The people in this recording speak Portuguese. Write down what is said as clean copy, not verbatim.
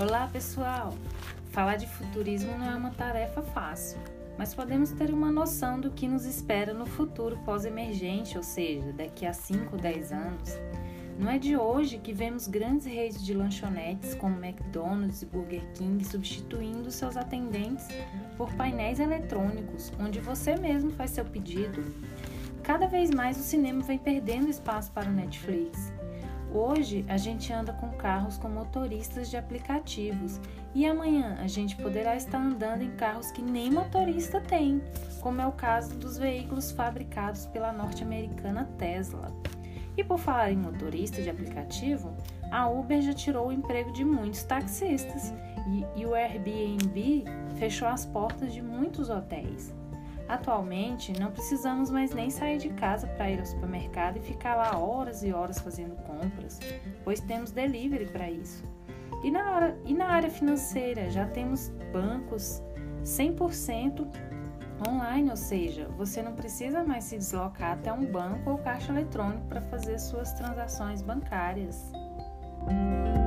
Olá, pessoal! Falar de futurismo não é uma tarefa fácil, mas podemos ter uma noção do que nos espera no futuro pós-emergente, ou seja, daqui a 5 ou 10 anos. Não é de hoje que vemos grandes redes de lanchonetes como McDonald's e Burger King substituindo seus atendentes por painéis eletrônicos, onde você mesmo faz seu pedido. Cada vez mais o cinema vem perdendo espaço para o Netflix. Hoje a gente anda com carros com motoristas de aplicativos e amanhã a gente poderá estar andando em carros que nem motorista tem, como é o caso dos veículos fabricados pela norte-americana Tesla. E por falar em motorista de aplicativo, a Uber já tirou o emprego de muitos taxistas e o Airbnb fechou as portas de muitos hotéis. Atualmente, não precisamos mais nem sair de casa para ir ao supermercado e ficar lá horas e horas fazendo compras, pois temos delivery para isso. E na área financeira, já temos bancos 100% online, ou seja, você não precisa mais se deslocar até um banco ou caixa eletrônico para fazer suas transações bancárias.